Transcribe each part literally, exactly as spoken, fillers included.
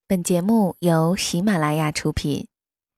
本节目由喜马拉雅出品。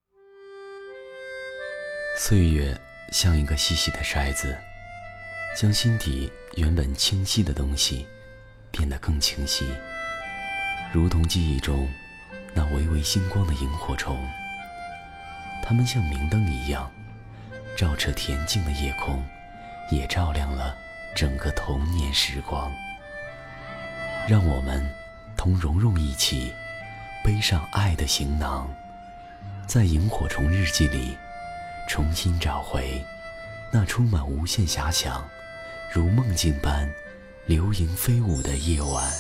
岁月像一个细细的筛子，将心底原本清晰的东西变得更清晰，如同记忆中那微微星光的萤火虫，它们像明灯一样，照彻恬静的夜空，也照亮了整个童年时光。让我们同蓉蓉一起背上爱的行囊，在萤火虫日记里重新找回那充满无限遐想，如梦境般流萤飞舞的夜晚。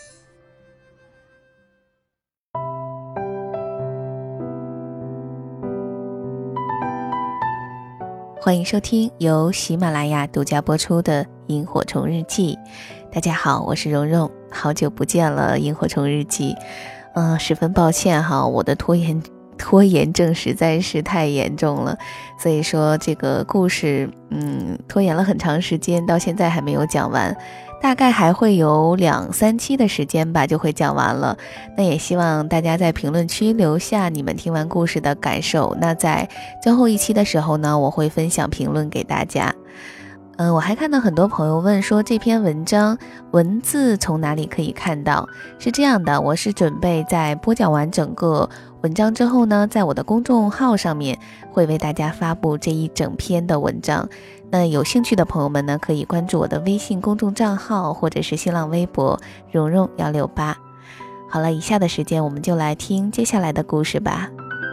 欢迎收听由喜马拉雅独家播出的萤火虫日记。大家好，我是蓉蓉，好久不见了。萤火虫日记嗯、呃，十分抱歉哈，我的拖延拖延症实在是太严重了，所以说这个故事嗯拖延了很长时间，到现在还没有讲完，大概还会有两三期的时间吧，就会讲完了。那也希望大家在评论区留下你们听完故事的感受，那在最后一期的时候呢，我会分享评论给大家。嗯，我还看到很多朋友问说这篇文章文字从哪里可以看到。是这样的，我是准备在播讲完整个文章之后呢，在我的公众号上面会为大家发布这一整篇的文章。那有兴趣的朋友们呢，可以关注我的微信公众账号或者是新浪微博蓉蓉一六八。好了，以下的时间我们就来听接下来的故事吧。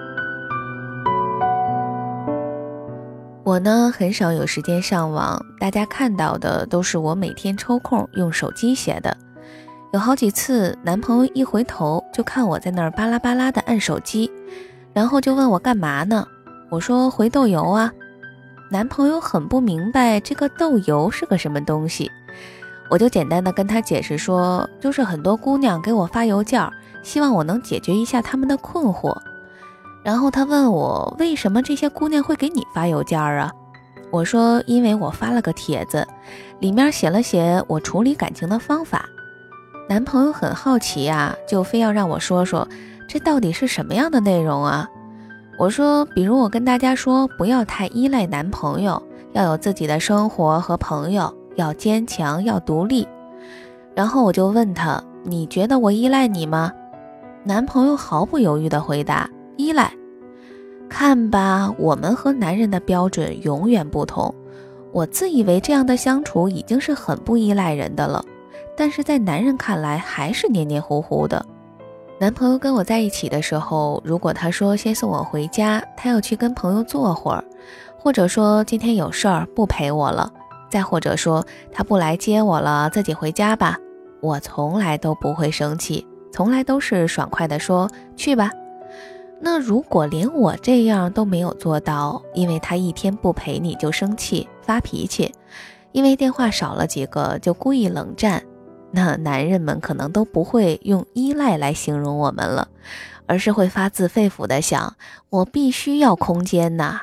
我呢很少有时间上网，大家看到的都是我每天抽空用手机写的。有好几次男朋友一回头就看我在那儿巴拉巴拉的按手机，然后就问我干嘛呢，我说回豆油啊。男朋友很不明白这个豆油是个什么东西，我就简单的跟他解释说，就是很多姑娘给我发邮件，希望我能解决一下他们的困惑。然后他问我为什么这些姑娘会给你发邮件啊？我说因为我发了个帖子，里面写了写我处理感情的方法。男朋友很好奇啊，就非要让我说说这到底是什么样的内容啊？我说比如我跟大家说不要太依赖男朋友，要有自己的生活和朋友，要坚强，要独立。然后我就问他，你觉得我依赖你吗？男朋友毫不犹豫地回答，依赖。看吧，我们和男人的标准永远不同。我自以为这样的相处已经是很不依赖人的了，但是在男人看来还是黏黏糊糊的。男朋友跟我在一起的时候，如果他说先送我回家，他要去跟朋友坐会儿，或者说今天有事儿不陪我了，再或者说他不来接我了，自己回家吧，我从来都不会生气，从来都是爽快地说去吧。那如果连我这样都没有做到，因为他一天不陪你就生气发脾气，因为电话少了几个就故意冷战，那男人们可能都不会用依赖来形容我们了，而是会发自肺腑地想，我必须要空间呐。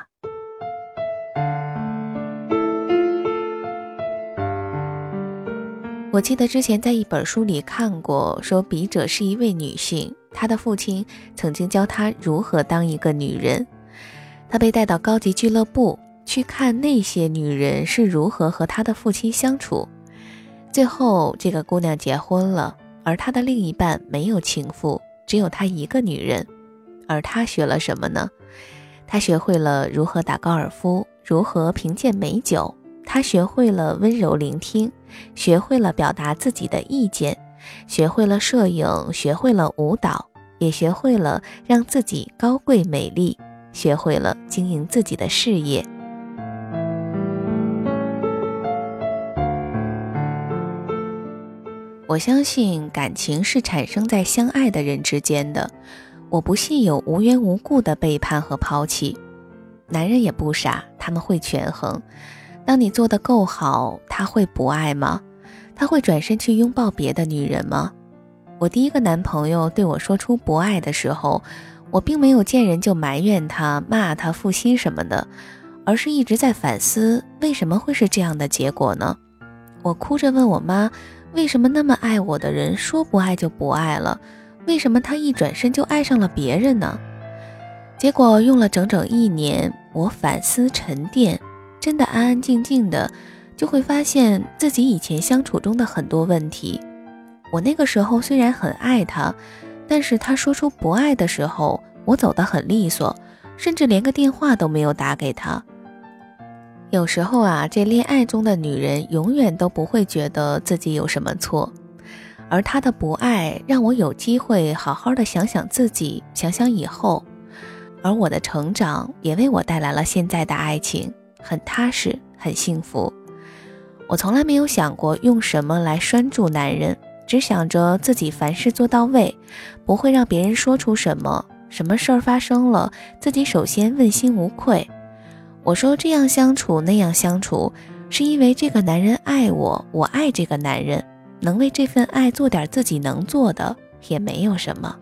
我记得之前在一本书里看过，说笔者是一位女性，她的父亲曾经教她如何当一个女人。她被带到高级俱乐部，去看那些女人是如何和她的父亲相处。最后这个姑娘结婚了，而她的另一半没有情妇，只有她一个女人。而她学了什么呢？她学会了如何打高尔夫，如何品鉴美酒，她学会了温柔聆听，学会了表达自己的意见，学会了摄影，学会了舞蹈，也学会了让自己高贵美丽，学会了经营自己的事业。我相信感情是产生在相爱的人之间的，我不信有无缘无故的背叛和抛弃。男人也不傻，他们会权衡。当你做得够好，他会不爱吗？他会转身去拥抱别的女人吗？我第一个男朋友对我说出不爱的时候，我并没有见人就埋怨他、骂他、负心什么的，而是一直在反思，为什么会是这样的结果呢？我哭着问我妈，为什么那么爱我的人说不爱就不爱了？ 为什么他一转身就爱上了别人呢？结果用了整整一年，我反思沉淀，真的安安静静的，就会发现自己以前相处中的很多问题。我那个时候虽然很爱他，但是他说出不爱的时候，我走得很利索，甚至连个电话都没有打给他。有时候啊，这恋爱中的女人永远都不会觉得自己有什么错，而他的不爱让我有机会好好的想想自己，想想以后。而我的成长也为我带来了现在的爱情，很踏实，很幸福。我从来没有想过用什么来拴住男人，只想着自己凡事做到位，不会让别人说出什么，什么事儿发生了，自己首先问心无愧。我说这样相处那样相处，是因为这个男人爱我，我爱这个男人，能为这份爱做点自己能做的，也没有什么。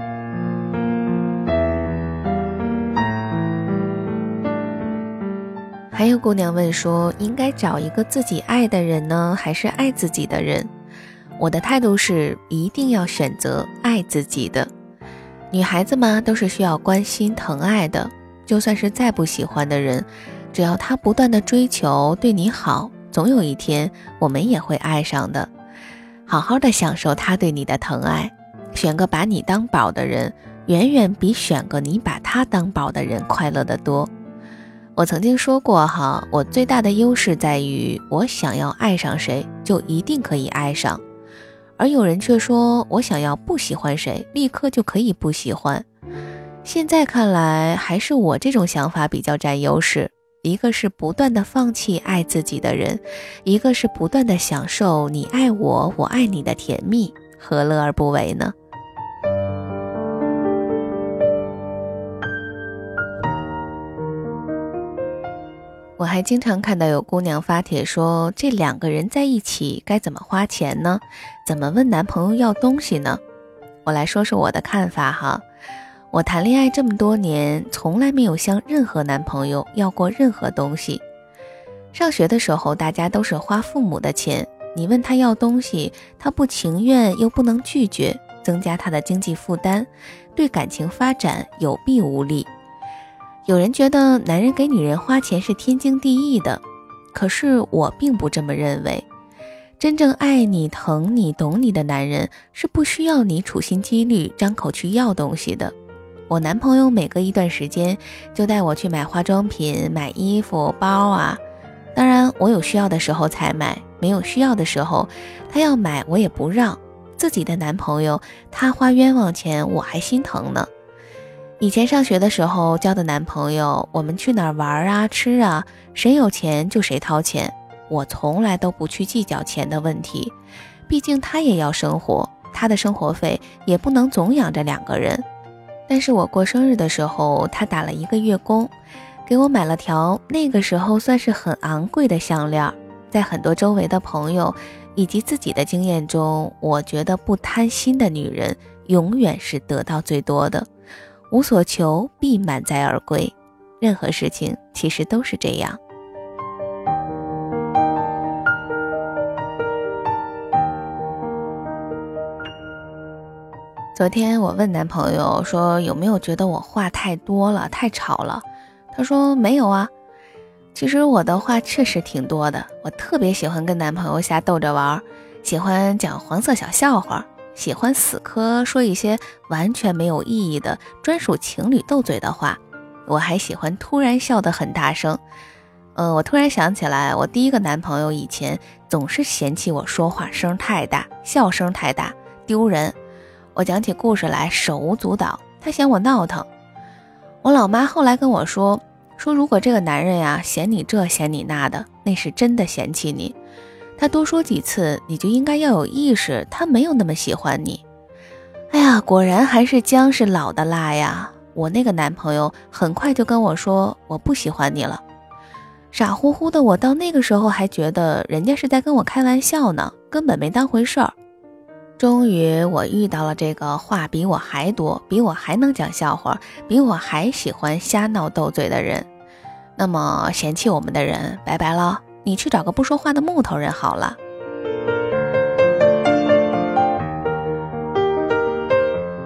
还有姑娘问说，应该找一个自己爱的人呢，还是爱自己的人？我的态度是，一定要选择爱自己的。女孩子嘛，都是需要关心疼爱的，就算是再不喜欢的人，只要他不断的追求，对你好，总有一天我们也会爱上的。好好的享受他对你的疼爱，选个把你当宝的人，远远比选个你把他当宝的人快乐得多。我曾经说过哈，我最大的优势在于，我想要爱上谁，就一定可以爱上。而有人却说，我想要不喜欢谁，立刻就可以不喜欢。现在看来，还是我这种想法比较占优势。一个是不断的放弃爱自己的人，一个是不断的享受你爱我，我爱你的甜蜜，何乐而不为呢？我还经常看到有姑娘发帖说，这两个人在一起该怎么花钱呢？怎么问男朋友要东西呢？我来说说我的看法哈。我谈恋爱这么多年，从来没有向任何男朋友要过任何东西。上学的时候，大家都是花父母的钱，你问他要东西，他不情愿又不能拒绝，增加他的经济负担，对感情发展有弊无利。有人觉得男人给女人花钱是天经地义的，可是我并不这么认为。真正爱你、疼你、懂你的男人，是不需要你处心积虑张口去要东西的。我男朋友每隔一段时间就带我去买化妆品、买衣服、包啊，当然我有需要的时候才买，没有需要的时候他要买我也不让。自己的男朋友他花冤枉钱，我还心疼呢。以前上学的时候交的男朋友，我们去哪儿玩啊吃啊，谁有钱就谁掏钱，我从来都不去计较钱的问题，毕竟他也要生活，他的生活费也不能总养着两个人。但是我过生日的时候，他打了一个月工，给我买了条那个时候算是很昂贵的项链。在很多周围的朋友以及自己的经验中，我觉得不贪心的女人永远是得到最多的，无所求必满载而归。任何事情其实都是这样。昨天我问男朋友说，有没有觉得我话太多了，太吵了？他说没有啊。其实我的话确实挺多的，我特别喜欢跟男朋友瞎逗着玩，喜欢讲黄色小笑话，喜欢死磕说一些完全没有意义的专属情侣斗嘴的话，我还喜欢突然笑得很大声。呃，我突然想起来，我第一个男朋友以前总是嫌弃我说话声太大，笑声太大，丢人。我讲起故事来手舞足蹈，他嫌我闹腾。我老妈后来跟我说，说如果这个男人呀嫌你这嫌你那的，那是真的嫌弃你。他多说几次，你就应该要有意识，他没有那么喜欢你。哎呀，果然还是姜是老的辣呀。我那个男朋友很快就跟我说，我不喜欢你了。傻乎乎的我到那个时候还觉得人家是在跟我开玩笑呢，根本没当回事儿。终于我遇到了这个话比我还多，比我还能讲笑话，比我还喜欢瞎闹斗嘴的人。那么嫌弃我们的人拜拜了，你去找个不说话的木头人好了。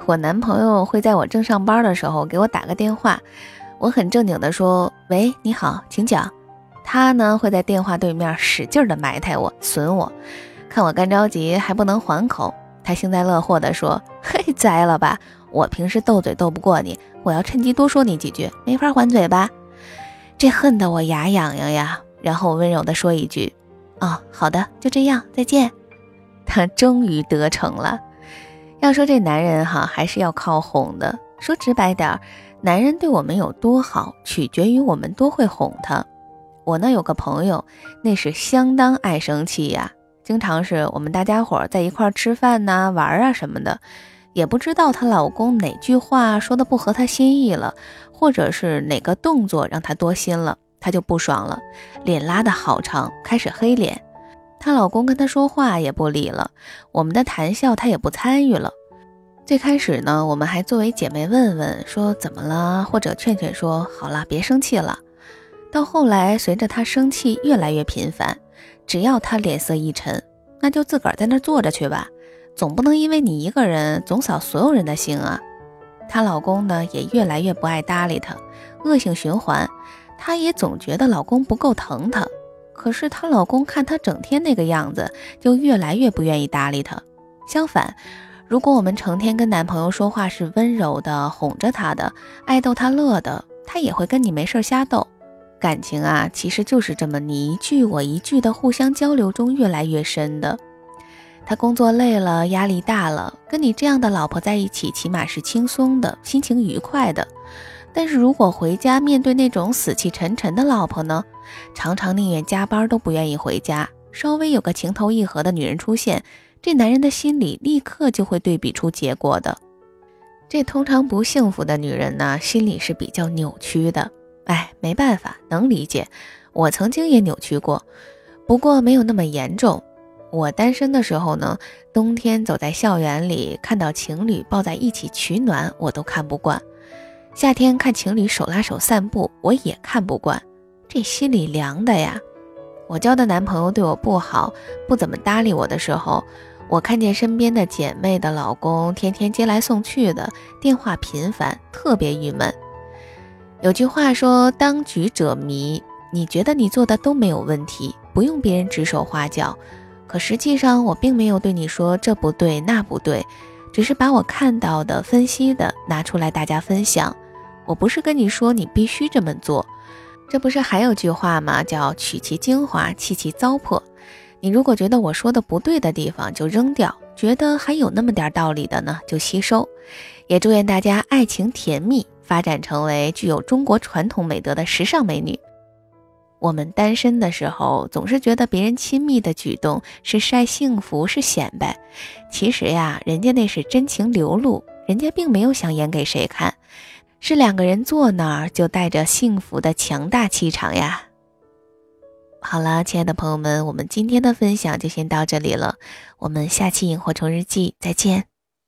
我男朋友会在我正上班的时候给我打个电话，我很正经的说喂你好请讲，他呢会在电话对面使劲的埋汰我损我，看我干着急还不能还口，他幸灾乐祸的说嘿栽了吧，我平时斗嘴斗不过你，我要趁机多说你几句，没法还嘴吧。这恨得我牙痒痒呀，然后我温柔的说一句哦好的就这样再见。他终于得逞了。要说这男人哈还是要靠哄的，说直白点，男人对我们有多好取决于我们多会哄他。我呢有个朋友那是相当爱生气呀，经常是我们大家伙在一块吃饭呐、玩啊什么的，也不知道她老公哪句话说的不合她心意了，或者是哪个动作让她多心了，她就不爽了，脸拉得好长，开始黑脸。她老公跟她说话也不理了，我们的谈笑她也不参与了。最开始呢，我们还作为姐妹问问说怎么了，或者劝劝说好了别生气了。到后来随着她生气越来越频繁，只要她脸色一沉，那就自个儿在那坐着去吧，总不能因为你一个人总扫所有人的兴啊。她老公呢也越来越不爱搭理她，恶性循环，她也总觉得老公不够疼她，可是她老公看她整天那个样子，就越来越不愿意搭理她。相反，如果我们成天跟男朋友说话是温柔的，哄着他的，爱逗他乐的，他也会跟你没事瞎逗。感情啊，其实就是这么你一句我一句的互相交流中越来越深的。他工作累了，压力大了，跟你这样的老婆在一起起码是轻松的，心情愉快的。但是如果回家面对那种死气沉沉的老婆呢，常常宁愿加班都不愿意回家，稍微有个情投意合的女人出现，这男人的心里立刻就会对比出结果的。这通常不幸福的女人呢，心里是比较扭曲的。哎，没办法，能理解，我曾经也扭曲过，不过没有那么严重。我单身的时候呢，冬天走在校园里，看到情侣抱在一起取暖，我都看不惯。夏天看情侣手拉手散步，我也看不惯，这心里凉的呀。我交的男朋友对我不好，不怎么搭理我的时候，我看见身边的姐妹的老公天天接来送去的，电话频繁，特别郁闷。有句话说当局者迷，你觉得你做的都没有问题，不用别人指手画脚，可实际上我并没有对你说这不对那不对，只是把我看到的分析的拿出来大家分享。我不是跟你说你必须这么做，这不是还有句话吗？叫取其精华弃其糟粕。你如果觉得我说的不对的地方就扔掉，觉得还有那么点道理的呢就吸收。也祝愿大家爱情甜蜜，发展成为具有中国传统美德的时尚美女。我们单身的时候总是觉得别人亲密的举动是晒幸福，是显摆，其实呀人家那是真情流露，人家并没有想演给谁看，是两个人坐那儿就带着幸福的强大气场呀。好了，亲爱的朋友们，我们今天的分享就先到这里了，我们下期萤火虫日记再见。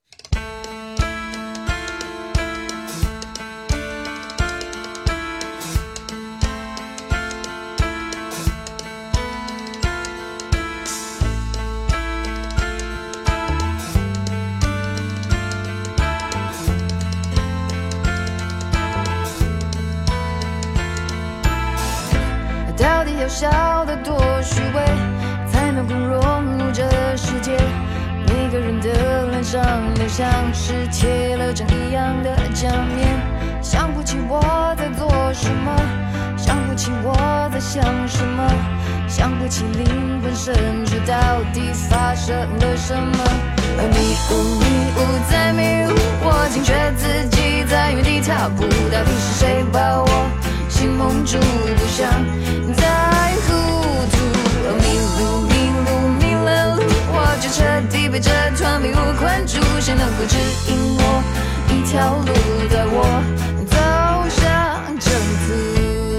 到底要笑得多虚伪，才能够融入这世界？每个人的脸上都像是贴了张一样的假面，想不起我在做什么，想不起我在想什么，想不起灵魂深处到底发生了什么。而迷雾迷雾在迷雾，我惊觉自己在原地踏步，到底是谁把我心蒙住，不想再糊涂。迷路迷路迷了路，我就彻底被这团迷雾困住，谁能够指引我一条路，带我走向征途。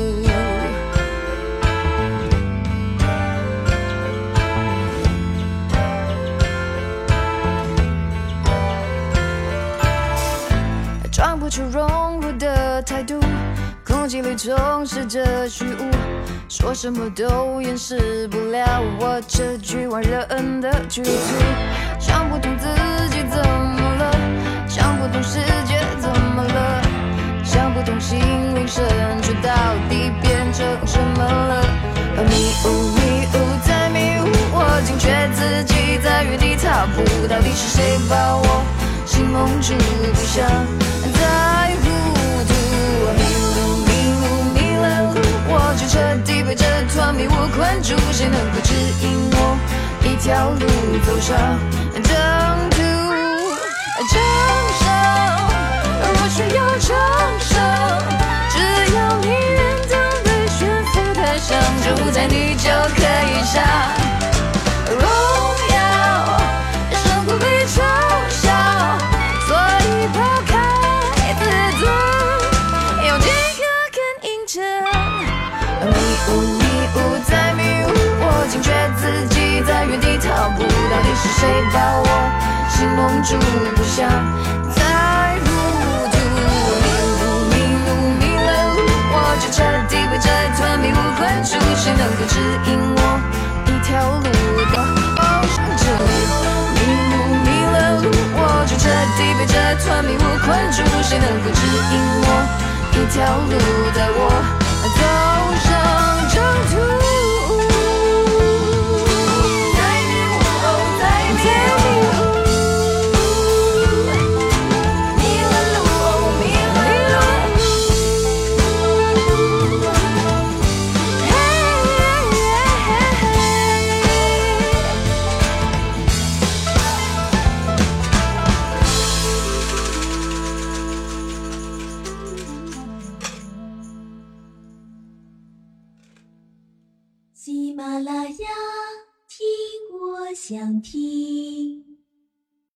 装不出融入的态度，空气里充斥着虚无，说什么都掩饰不了我这局外人的局促。想不通自己怎么了，想不不懂世界怎么了，想不通心灵深处到底变成什么了。迷雾迷雾在迷雾，我惊觉自己在原地踏步，到底是谁把我心蒙住，不想再糊涂。迷路迷路迷了路，我就彻底被这团迷雾困住，谁能够指引我一条路走上正途？掌声，我需要掌声，只要你愿当被悬浮台上，就在你就可以上荣耀，胜过被嘲笑，所以抛开自尊，用尽可更印证。迷雾迷雾在迷雾，我惊觉自己在原地踏步，到底是谁把我心蒙住，不想再糊涂。迷路迷路迷了路，我就彻底被这团迷雾困住，谁能够指引我一条路到正途？迷路迷了路，我就彻底被这团迷雾困住，谁能够指引我一条路带我走上正途？ 喜马拉雅，听我想听。